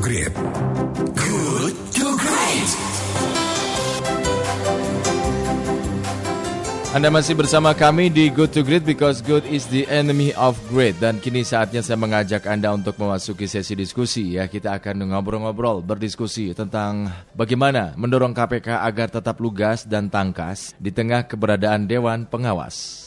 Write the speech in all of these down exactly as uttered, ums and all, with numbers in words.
Great. Good to Great. Anda masih bersama kami di Good to Great because good is the enemy of great. Dan kini saatnya saya mengajak Anda untuk memasuki sesi diskusi ya. Kita akan ngobrol-ngobrol, berdiskusi tentang bagaimana mendorong K P K agar tetap lugas dan tangkas di tengah keberadaan Dewan Pengawas.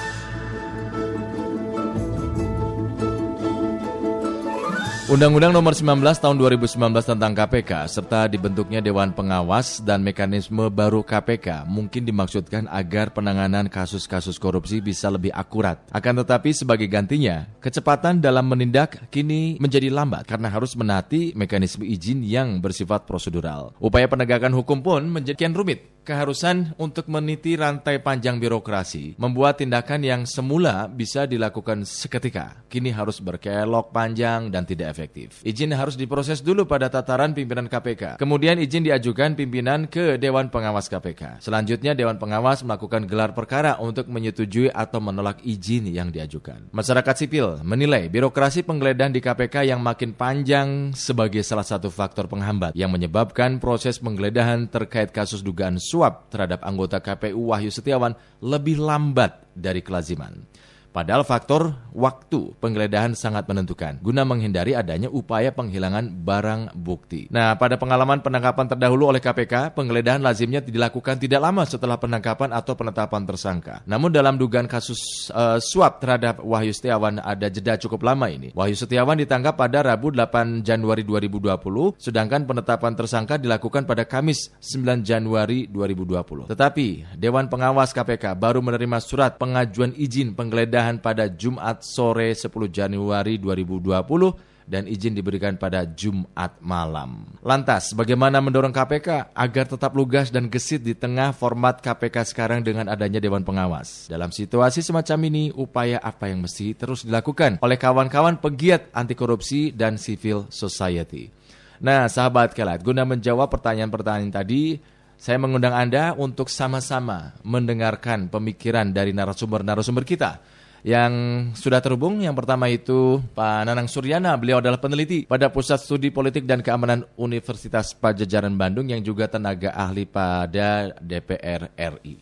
Undang-Undang Nomor sembilan belas Tahun dua ribu sembilan belas tentang K P K serta dibentuknya Dewan Pengawas dan mekanisme baru K P K mungkin dimaksudkan agar penanganan kasus-kasus korupsi bisa lebih akurat. Akan tetapi sebagai gantinya, kecepatan dalam menindak kini menjadi lambat karena harus menaati mekanisme izin yang bersifat prosedural. Upaya penegakan hukum pun menjadi kian rumit. Keharusan untuk meniti rantai panjang birokrasi membuat tindakan yang semula bisa dilakukan seketika kini harus berkelok panjang dan tidak efektif. Izin harus diproses dulu pada tataran pimpinan K P K. Kemudian izin diajukan pimpinan ke Dewan Pengawas K P K. Selanjutnya Dewan Pengawas melakukan gelar perkara untuk menyetujui atau menolak izin yang diajukan. Masyarakat sipil menilai birokrasi penggeledahan di K P K yang makin panjang sebagai salah satu faktor penghambat yang menyebabkan proses penggeledahan terkait kasus dugaan suap terhadap anggota K P U Wahyu Setiawan lebih lambat dari kelaziman. Padahal faktor waktu penggeledahan sangat menentukan guna menghindari adanya upaya penghilangan barang bukti. Nah, pada pengalaman penangkapan terdahulu oleh K P K, penggeledahan lazimnya dilakukan tidak lama setelah penangkapan atau penetapan tersangka. Namun dalam dugaan kasus uh, suap terhadap Wahyu Setiawan ada jeda cukup lama ini. Wahyu Setiawan ditangkap pada Rabu delapan Januari dua ribu dua puluh, sedangkan penetapan tersangka dilakukan pada Kamis sembilan Januari dua ribu dua puluh. Tetapi Dewan Pengawas K P K baru menerima surat pengajuan izin penggeledahan pada Jumat sore sepuluh Januari dua ribu dua puluh dan izin diberikan pada Jumat malam. Lantas, bagaimana mendorong K P K agar tetap lugas dan gesit di tengah format K P K sekarang dengan adanya Dewan Pengawas? Dalam situasi semacam ini, upaya apa yang mesti terus dilakukan oleh kawan-kawan pegiat anti korupsi dan civil society? Nah, sahabat Kelat, guna menjawab pertanyaan-pertanyaan tadi, saya mengundang Anda untuk sama-sama mendengarkan pemikiran dari narasumber-narasumber kita yang sudah terhubung. Yang pertama itu Pak Nanang Suryana, beliau adalah peneliti pada Pusat Studi Politik dan Keamanan Universitas Padjadjaran Bandung yang juga tenaga ahli pada D P R R I.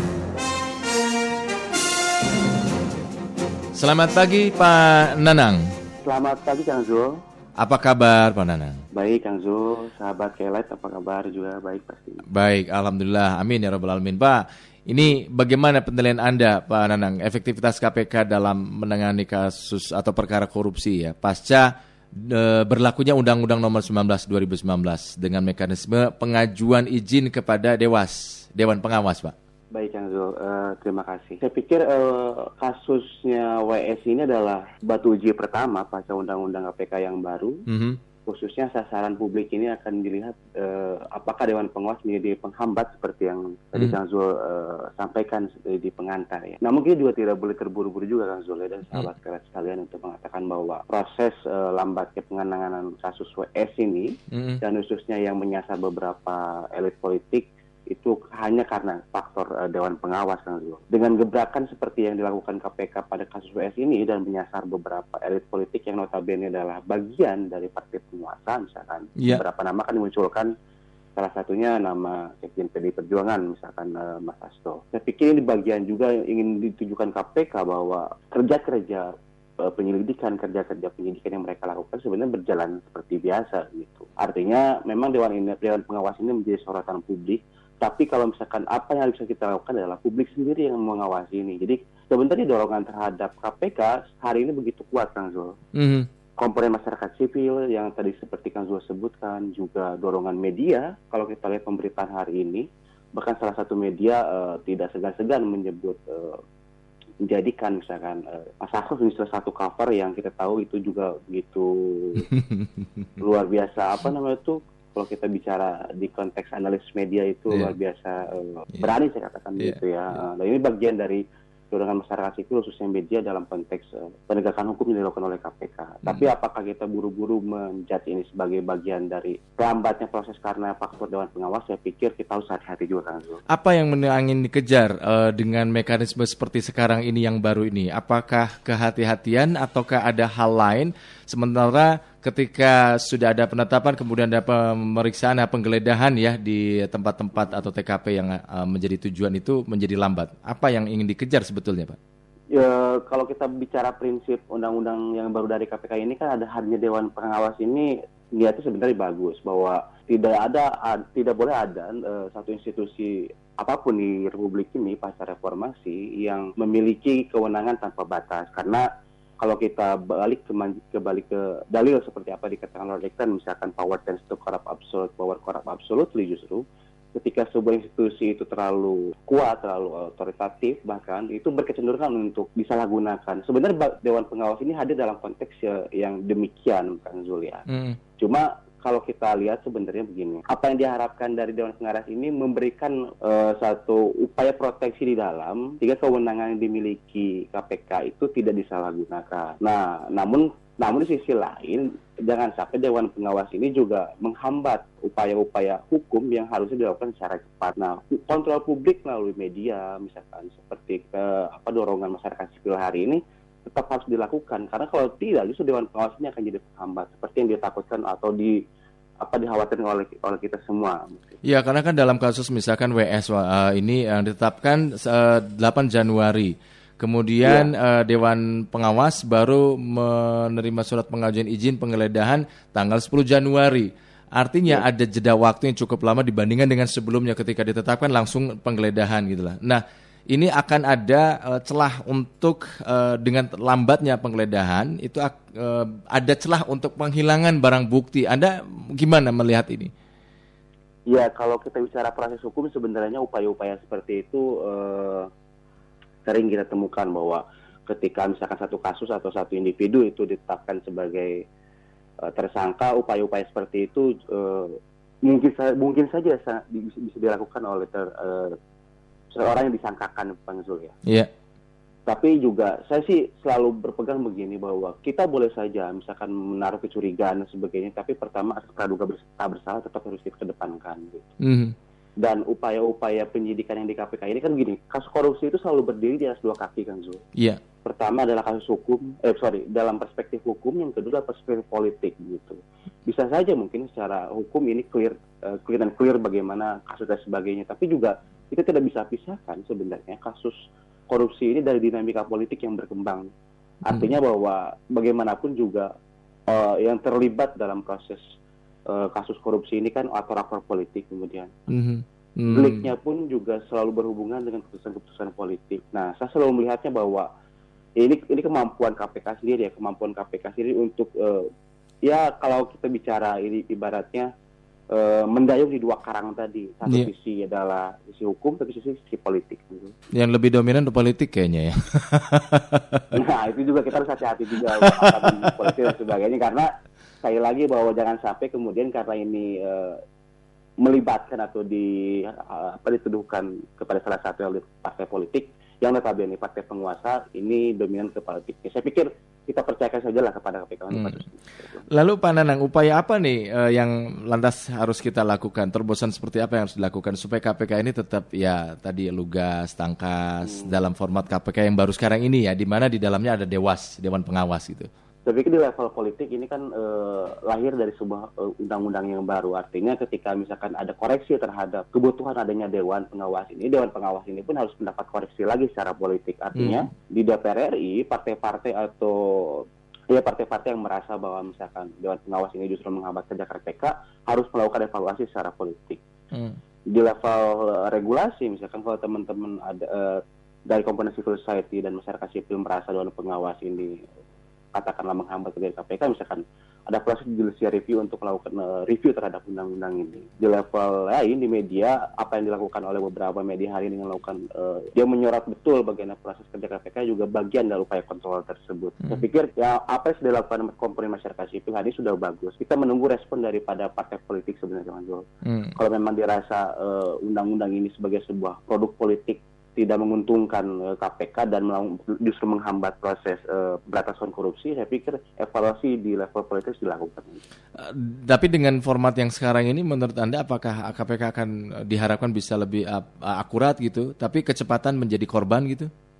Selamat pagi Pak Nanang. Selamat pagi Kang Zul. Apa kabar Pak Nanang? Baik Kang Zul, sahabat Kelet apa kabar juga baik pasti. Baik, alhamdulillah, amin ya rabbal alamin. Pak, ini bagaimana penilaian Anda, Pak Nanang, efektivitas K P K dalam menangani kasus atau perkara korupsi ya, pasca e, berlakunya Undang-Undang Nomor sembilan belas dua ribu sembilan belas dengan mekanisme pengajuan izin kepada Dewas, Dewan Pengawas, Pak? Baik Kang Zul, uh, terima kasih. Saya pikir uh, kasusnya W S ini adalah batu uji pertama pasca Undang-Undang K P K yang baru. Mm-hmm. Khususnya sasaran publik ini akan dilihat uh, apakah Dewan Pengawas menjadi penghambat seperti yang hmm. tadi Kang Zul uh, sampaikan di pengantar ya. Nah mungkin juga tidak boleh terburu-buru juga Kang Zul ya, dan sahabat hmm. keras sekalian untuk mengatakan bahwa proses uh, lambatnya penanganan kasus W S ini hmm. dan khususnya yang menyasar beberapa elit politik itu hanya karena faktor uh, Dewan Pengawas Kang Zul. Dengan gebrakan seperti yang dilakukan K P K pada kasus W S ini dan menyasar beberapa elit politik yang notabene adalah bagian dari partai penguasa misalkan. Yeah. Beberapa nama kan dimunculkan, salah satunya nama Sekjen P D I Perjuangan misalkan uh, Mas Hasto. Saya pikir ini bagian juga ingin ditujukan K P K bahwa kerja-kerja uh, penyelidikan, kerja-kerja penyidikan yang mereka lakukan sebenarnya berjalan seperti biasa gitu. Artinya memang Dewan ini, Dewan Pengawas ini menjadi sorotan publik. Tapi kalau misalkan apa yang bisa kita lakukan adalah publik sendiri yang mengawasi ini. Jadi sebenarnya dorongan terhadap K P K hari ini begitu kuat Kang Zul. Mm-hmm. Komponen masyarakat sipil yang tadi seperti Kang Zul sebutkan, juga dorongan media. Kalau kita lihat pemberitaan hari ini, bahkan salah satu media uh, tidak segan-segan menyebut uh, menjadikan misalkan uh, Mas Hasto ini salah satu cover yang kita tahu itu juga begitu luar biasa. Apa namanya itu? Kalau kita bicara di konteks analis media itu yeah. luar biasa uh, yeah. berani saya katakan yeah. gitu ya. Yeah. Dan ini bagian dari dorongan masyarakat sipil khususnya media dalam konteks uh, penegakan hukum yang dilakukan oleh K P K. Hmm. Tapi apakah kita buru-buru menjudge ini sebagai bagian dari lambatnya proses karena faktor Dewan Pengawas? Saya pikir kita harus hati-hati juga Kang Zul. Apa yang ingin dikejar uh, dengan mekanisme seperti sekarang ini yang baru ini? Apakah kehati-hatian ataukah ada hal lain Sementara ketika sudah ada penetapan, kemudian ada pemeriksaan, ada penggeledahan ya di tempat-tempat atau T K P yang uh, menjadi tujuan itu menjadi lambat. Apa yang ingin dikejar sebetulnya, Pak? Ya, kalau kita bicara prinsip undang-undang yang baru dari K P K ini kan ada hadirnya Dewan Pengawas ini, niatnya sebenarnya bagus bahwa tidak ada, ad, tidak boleh ada uh, satu institusi apapun di Republik ini pasca reformasi yang memiliki kewenangan tanpa batas. Karena kalau kita balik ke, ke balik ke dalil seperti apa dikatakan Lord Acton, misalkan power tends to corrupt absolute, power corrupt absolutely, justru ketika sebuah institusi itu terlalu kuat, terlalu otoritatif, bahkan itu berkecenderungan untuk disalahgunakan. Sebenarnya Dewan Pengawas ini hadir dalam konteks yang demikian, Kang Zulia. Mm. Cuma kalau kita lihat sebenarnya begini, apa yang diharapkan dari Dewan Pengawas ini memberikan uh, satu upaya proteksi di dalam, sehingga kewenangan yang dimiliki K P K itu tidak disalahgunakan. Nah, namun Namun di sisi lain, jangan sampai Dewan Pengawas ini juga menghambat upaya-upaya hukum yang harusnya dilakukan secara cepat. Nah, kontrol publik melalui media, misalkan seperti ke, apa dorongan masyarakat sipil hari ini, tetap harus dilakukan. Karena kalau tidak, justru Dewan Pengawas ini akan jadi penghambat, seperti yang ditakutkan atau di apa dikhawatirkan oleh oleh kita semua. Ya, karena kan dalam kasus misalkan W S uh, ini yang ditetapkan uh, delapan Januari. Kemudian ya. uh, Dewan Pengawas baru menerima surat pengajuan izin penggeledahan tanggal sepuluh Januari. Artinya ya. Ada jeda waktu yang cukup lama dibandingkan dengan sebelumnya ketika ditetapkan langsung penggeledahan gitu lah. Nah, ini akan ada uh, celah untuk uh, dengan lambatnya penggeledahan itu uh, ada celah untuk penghilangan barang bukti. Anda gimana melihat ini? Ya, kalau kita bicara proses hukum sebenarnya upaya-upaya seperti itu uh... sering kita temukan bahwa ketika misalkan satu kasus atau satu individu itu ditetapkan sebagai uh, tersangka, upaya-upaya seperti itu uh, mungkin sa- mungkin saja sa- bisa, bisa dilakukan oleh ter- uh, seorang yang disangkakan, Bang Zul ya. Iya. Yeah. Tapi juga saya sih selalu berpegang begini bahwa kita boleh saja misalkan menaruh kecurigaan dan sebagainya, tapi pertama asas praduga bersalah tetap harus dikedepankan. Gitu. Mm-hmm. Dan upaya-upaya penyidikan yang di K P K ini kan gini, kasus korupsi itu selalu berdiri di atas dua kaki, Kang Zul. Iya. Yeah. Pertama adalah kasus hukum, eh sorry, dalam perspektif hukum, yang kedua adalah perspektif politik gitu. Bisa saja mungkin secara hukum ini clear, uh, clear dan clear bagaimana kasus dan sebagainya, tapi juga kita tidak bisa pisahkan sebenarnya kasus korupsi ini dari dinamika politik yang berkembang. Artinya hmm. bahwa bagaimanapun juga uh, yang terlibat dalam proses Uh, kasus korupsi ini kan aktor-aktor politik kemudian. Mm-hmm. Mm-hmm. Deliknya pun juga selalu berhubungan dengan keputusan-keputusan politik. Nah, saya selalu melihatnya bahwa ini ini kemampuan K P K sendiri ya, kemampuan K P K sendiri untuk uh, ya kalau kita bicara ini ibaratnya uh, mendayung di dua karang tadi. Satu yeah. sisi adalah sisi hukum, tapi sisi sisi politik. Gitu. Yang lebih dominan itu politik kayaknya ya. Nah, itu juga kita harus hati-hati juga apa politik dan sebagainya, karena sekali lagi bahwa jangan sampai kemudian karena ini uh, melibatkan atau di uh, apa dituduhkan kepada salah satu elit partai politik yang notabene partai penguasa ini dominan ke politik. Saya pikir kita percayakan sajalah kepada K P K. Hmm. Lalu Pak Nanang, upaya apa nih uh, yang lantas harus kita lakukan? Terobosan seperti apa yang harus dilakukan supaya K P K ini tetap ya tadi lugas, tangkas hmm. dalam format K P K yang baru sekarang ini ya, di mana di dalamnya ada Dewas, Dewan Pengawas gitu. Saya pikir di level politik ini kan eh, lahir dari sebuah eh, undang-undang yang baru. Artinya ketika misalkan ada koreksi terhadap kebutuhan adanya Dewan Pengawas ini, Dewan Pengawas ini pun harus mendapat koreksi lagi secara politik. Artinya hmm. di D P R R I, partai-partai atau ya partai-partai yang merasa bahwa misalkan Dewan Pengawas ini justru menghambat kerja K P K harus melakukan evaluasi secara politik. Hmm. Di level uh, regulasi, misalkan kalau teman-teman ada uh, dari komponen civil society dan masyarakat sipil merasa Dewan Pengawas ini katakanlah menghambat kerja K P K, misalkan ada proses judicial review untuk melakukan uh, review terhadap undang-undang ini. Di level lain, di media, apa yang dilakukan oleh beberapa media hari ini melakukan, uh, dia menyorot betul bagaimana proses kerja K P K juga bagian dari upaya kontrol tersebut. Hmm. Saya pikir ya apa yang sudah dilakukan komponen masyarakat sipil hari ini sudah bagus. Kita menunggu respon daripada partai politik sebenarnya, Mas Zul. Hmm. Kalau memang dirasa uh, undang-undang ini sebagai sebuah produk politik tidak menguntungkan uh, K P K dan melang- justru menghambat proses uh, pemberantasan korupsi, saya pikir evaluasi di level politik dilakukan. Uh, tapi dengan format yang sekarang ini, menurut Anda apakah K P K akan diharapkan bisa lebih uh, akurat gitu, tapi kecepatan menjadi korban gitu?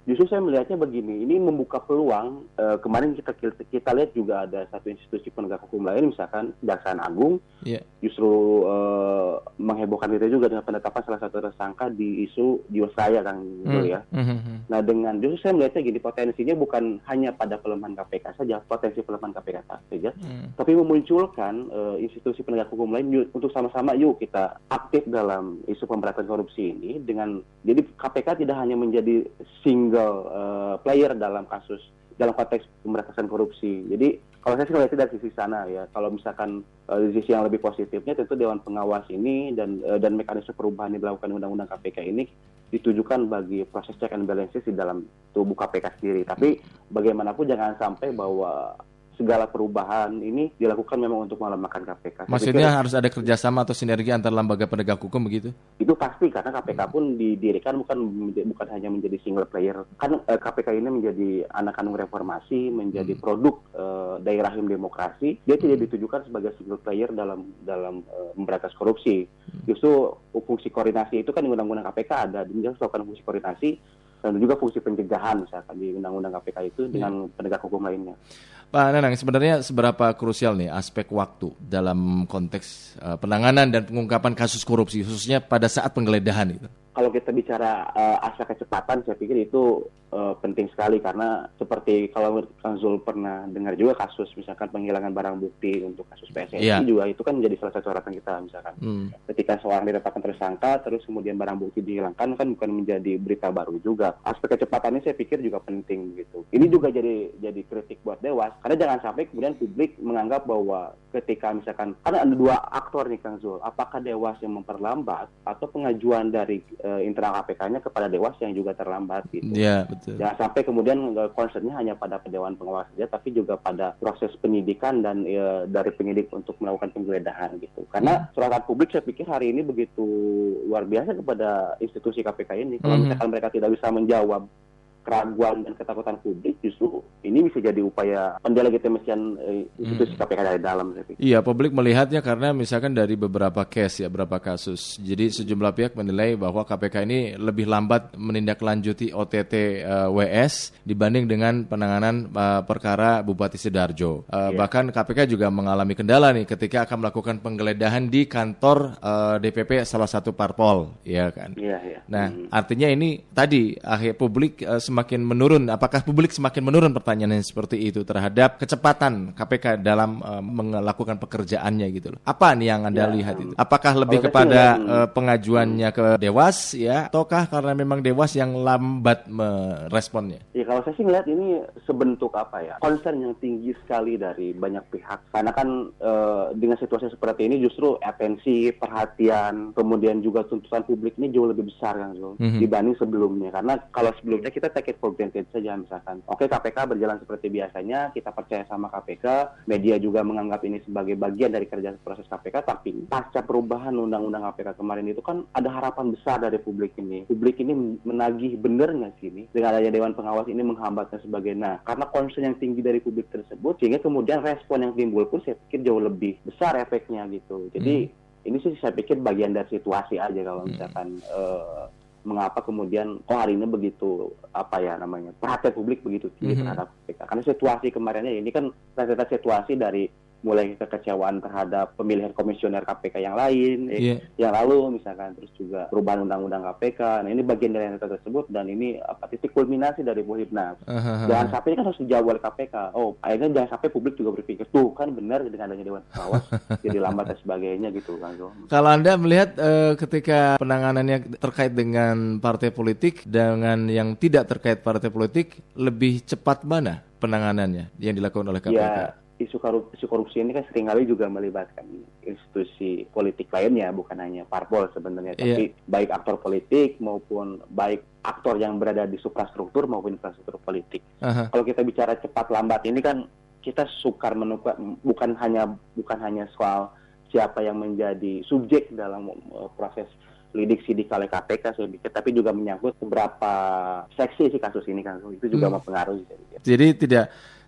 Justru saya melihatnya begini, ini membuka peluang. E, kemarin kita kita lihat juga ada satu institusi penegak hukum lain, misalkan Kejaksaan Agung, yeah. justru e, menghebohkan kita juga dengan penetapan salah satu tersangka di isu Jiwasraya, Kang Zul, ya. Mm-hmm. Nah, dengan justru saya melihatnya gini, potensinya bukan hanya pada pelemahan K P K saja, potensi pelemahan K P K saja, mm. tapi memunculkan e, institusi penegak hukum lain yuk, untuk sama-sama yuk kita aktif dalam isu pemberantasan korupsi ini. Dengan jadi K P K tidak hanya menjadi single Uh, player dalam kasus dalam konteks pemberantasan korupsi. Jadi kalau saya sih melihat dari sisi sana ya. Kalau misalkan uh, di sisi yang lebih positifnya tentu Dewan Pengawas ini dan uh, dan mekanisme perubahan yang dilakukan Undang-Undang K P K ini ditujukan bagi proses check and balances di dalam tubuh K P K sendiri. Tapi bagaimanapun jangan sampai bahwa segala perubahan ini dilakukan memang untuk melemahkan K P K. Maksudnya harus ada kerjasama atau sinergi antar lembaga penegak hukum begitu? Itu pasti, karena K P K pun didirikan bukan bukan hanya menjadi single player. Kan eh, K P K ini menjadi anak kandung reformasi, menjadi hmm. produk eh, dari rahim demokrasi. Dia tidak ditujukan sebagai single player dalam dalam eh, memberantas korupsi. Justru fungsi koordinasi itu kan di Undang-Undang K P K ada, dia harus melakukan fungsi koordinasi dan juga fungsi pencegahan misalkan di Undang-Undang K P K itu dengan yeah. penegak hukum lainnya. Pak Nanang, sebenarnya seberapa krusial nih aspek waktu dalam konteks uh, penanganan dan pengungkapan kasus korupsi, khususnya pada saat penggeledahan itu? Kalau kita bicara uh, aspek kecepatan, saya pikir itu uh, penting sekali, karena seperti kalau Kang Zul pernah dengar juga kasus misalkan penghilangan barang bukti untuk kasus P S S I yeah. juga, itu kan menjadi salah satu harapan kita misalkan. Hmm. Ketika seorang ditetapkan tersangka, terus kemudian barang bukti dihilangkan, kan bukan menjadi berita baru juga. Aspek kecepatannya saya pikir juga penting gitu. Ini juga jadi jadi kritik buat Dewas, karena jangan sampai kemudian publik menganggap bahwa ketika misalkan, karena ada dua aktor nih Kang Zul, apakah Dewas yang memperlambat atau pengajuan dari uh, internal K P K-nya kepada Dewas yang juga terlambat gitu. Iya, betul. Jangan sampai kemudian concernnya hanya pada Dewan Pengawas saja, tapi juga pada proses penyidikan dan e, dari penyidik untuk melakukan penggeledahan gitu. Karena hmm. sorotan publik saya pikir hari ini begitu luar biasa kepada institusi K P K ini. Kalau hmm. misalkan mereka tidak bisa menjawab keraguan dan ketakutan publik, justru ini bisa jadi upaya pendelegitimasian eh, institusi hmm. K P K dari dalam. Iya, publik melihatnya karena misalkan dari beberapa case ya, beberapa kasus. Jadi sejumlah pihak menilai bahwa K P K ini lebih lambat menindaklanjuti O T T uh, W S dibanding dengan penanganan uh, perkara Bupati Sidoarjo. Uh, yeah. Bahkan K P K juga mengalami kendala nih ketika akan melakukan penggeledahan di kantor uh, D P P salah satu parpol, ya kan. Iya, yeah, iya. Yeah. Nah, hmm. artinya ini tadi akhir publik uh, semakin menurun. Apakah publik semakin menurun pertanyaannya seperti itu terhadap kecepatan K P K dalam uh, melakukan pekerjaannya gitu loh. Apa nih yang Anda ya, lihat itu? Apakah lebih kepada uh, pengajuannya ke Dewas ya, ataukah karena memang Dewas yang lambat meresponnya? Ya, kalau saya sih melihat ini sebentuk apa ya? Concern yang tinggi sekali dari banyak pihak. Karena kan uh, dengan situasi seperti ini justru atensi, perhatian, kemudian juga tuntutan publik ini jauh lebih besar kan, so, mm-hmm. dibanding sebelumnya. Karena kalau sebelumnya kita take it for granted saja misalkan. Oke, K P K berjalan seperti biasanya, kita percaya sama K P K, media juga menganggap ini sebagai bagian dari kerja proses K P K, tapi pasca perubahan Undang-Undang K P K kemarin itu kan ada harapan besar dari publik ini. Publik ini menagih bener nggak sih ini? Dengan adanya Dewan Pengawas ini menghambatnya sebagai, nah, karena concern yang tinggi dari publik tersebut, sehingga kemudian respon yang timbul pun saya pikir jauh lebih besar efeknya gitu. Jadi hmm. ini sih saya pikir bagian dari situasi aja kalau misalkan hmm. uh, mengapa kemudian kok hari ini begitu apa ya namanya perhatian publik begitu tinggi mm-hmm. terhadap K P K. Karena situasi kemarinnya ini kan ternyata situasi dari mulai kekecewaan terhadap pemilihan komisioner K P K yang lain, yeah. yang lalu misalkan, terus juga perubahan undang-undang K P K. Nah, ini bagian dari yang tersebut dan ini apa titik kulminasi dari Muhibnas. Uh-huh. Jangan sampai ini kan harus dijawab oleh K P K. Oh, akhirnya jangan sampai publik juga berpikir tuh kan benar dengan adanya Dewan Pengawas jadi lambat dan sebagainya gitu kan. Kalau Anda melihat uh, ketika penanganannya terkait dengan partai politik dengan yang tidak terkait partai politik, lebih cepat mana penanganannya yang dilakukan oleh K P K? Ya. Isu korupsi, isu korupsi ini kan seringkali juga melibatkan institusi politik lainnya, bukan hanya parpol sebenarnya, yeah. tapi baik aktor politik maupun baik aktor yang berada di suprastruktur maupun infrastruktur politik. Uh-huh. Kalau kita bicara cepat lambat ini kan kita sukar menukar, bukan hanya bukan hanya soal siapa yang menjadi subjek dalam uh, proses lidik sidik oleh K P K saya pikir, tapi juga menyangkut beberapa seksi si kasus ini kan, itu juga hmm. mempengaruhi. Jadi tidak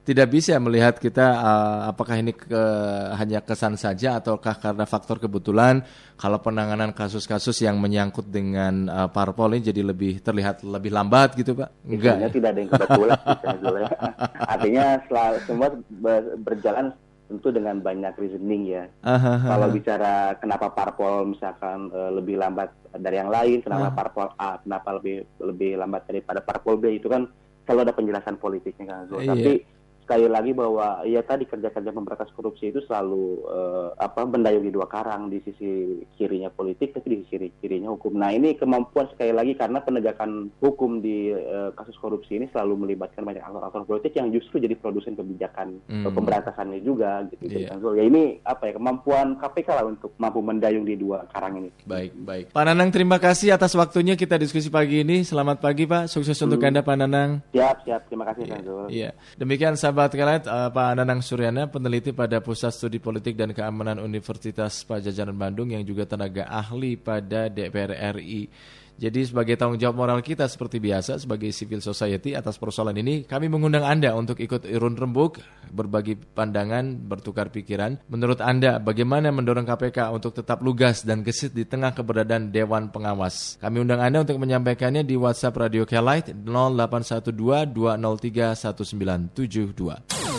tidak bisa melihat kita uh, apakah ini ke, hanya kesan saja ataukah karena faktor kebetulan kalau penanganan kasus-kasus yang menyangkut dengan uh, parpol ini jadi lebih terlihat lebih lambat gitu Pak? Enggak. Ya? Tidak ada yang kebetulan. Ya. Artinya selalu, semua berjalan tentu dengan banyak reasoning ya. Aha, aha. Kalau bicara kenapa parpol misalkan uh, lebih lambat dari yang lain, kenapa aha. parpol A, kenapa lebih lebih lambat daripada parpol B, itu kan selalu ada penjelasan politiknya kan. So, iya. Tapi sekali lagi bahwa ya tadi kerja-kerja pemberantasan korupsi itu selalu uh, apa mendayung di dua karang, di sisi kirinya politik tapi di sisi kirinya hukum. Nah ini kemampuan sekali lagi karena penegakan hukum di uh, kasus korupsi ini selalu melibatkan banyak aktor-aktor politik yang justru jadi produsen kebijakan hmm. pemberantasannya juga gitu. Yeah. So, ya ini apa ya kemampuan K P K lah untuk mampu mendayung di dua karang ini. Baik baik. Pak Nanang terima kasih atas waktunya kita diskusi pagi ini. Selamat pagi Pak. Sukses hmm. untuk Anda Pak Nanang. Siap siap. Terima kasih Iya. yeah. yeah. Demikian sahabat Kelet, uh, Pak Nanang Suryana, peneliti pada Pusat Studi Politik dan Keamanan Universitas Padjadjaran Bandung yang juga tenaga ahli pada D P R R I. Jadi sebagai tanggung jawab moral kita seperti biasa sebagai civil society atas persoalan ini, kami mengundang Anda untuk ikut urun rembuk, berbagi pandangan, bertukar pikiran. Menurut Anda, bagaimana mendorong K P K untuk tetap lugas dan gesit di tengah keberadaan Dewan Pengawas? Kami undang Anda untuk menyampaikannya di WhatsApp Radio Kelight nol delapan satu dua dua nol tiga satu sembilan tujuh dua.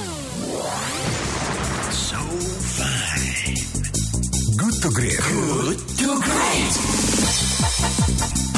So fine. Good to great. Good to great.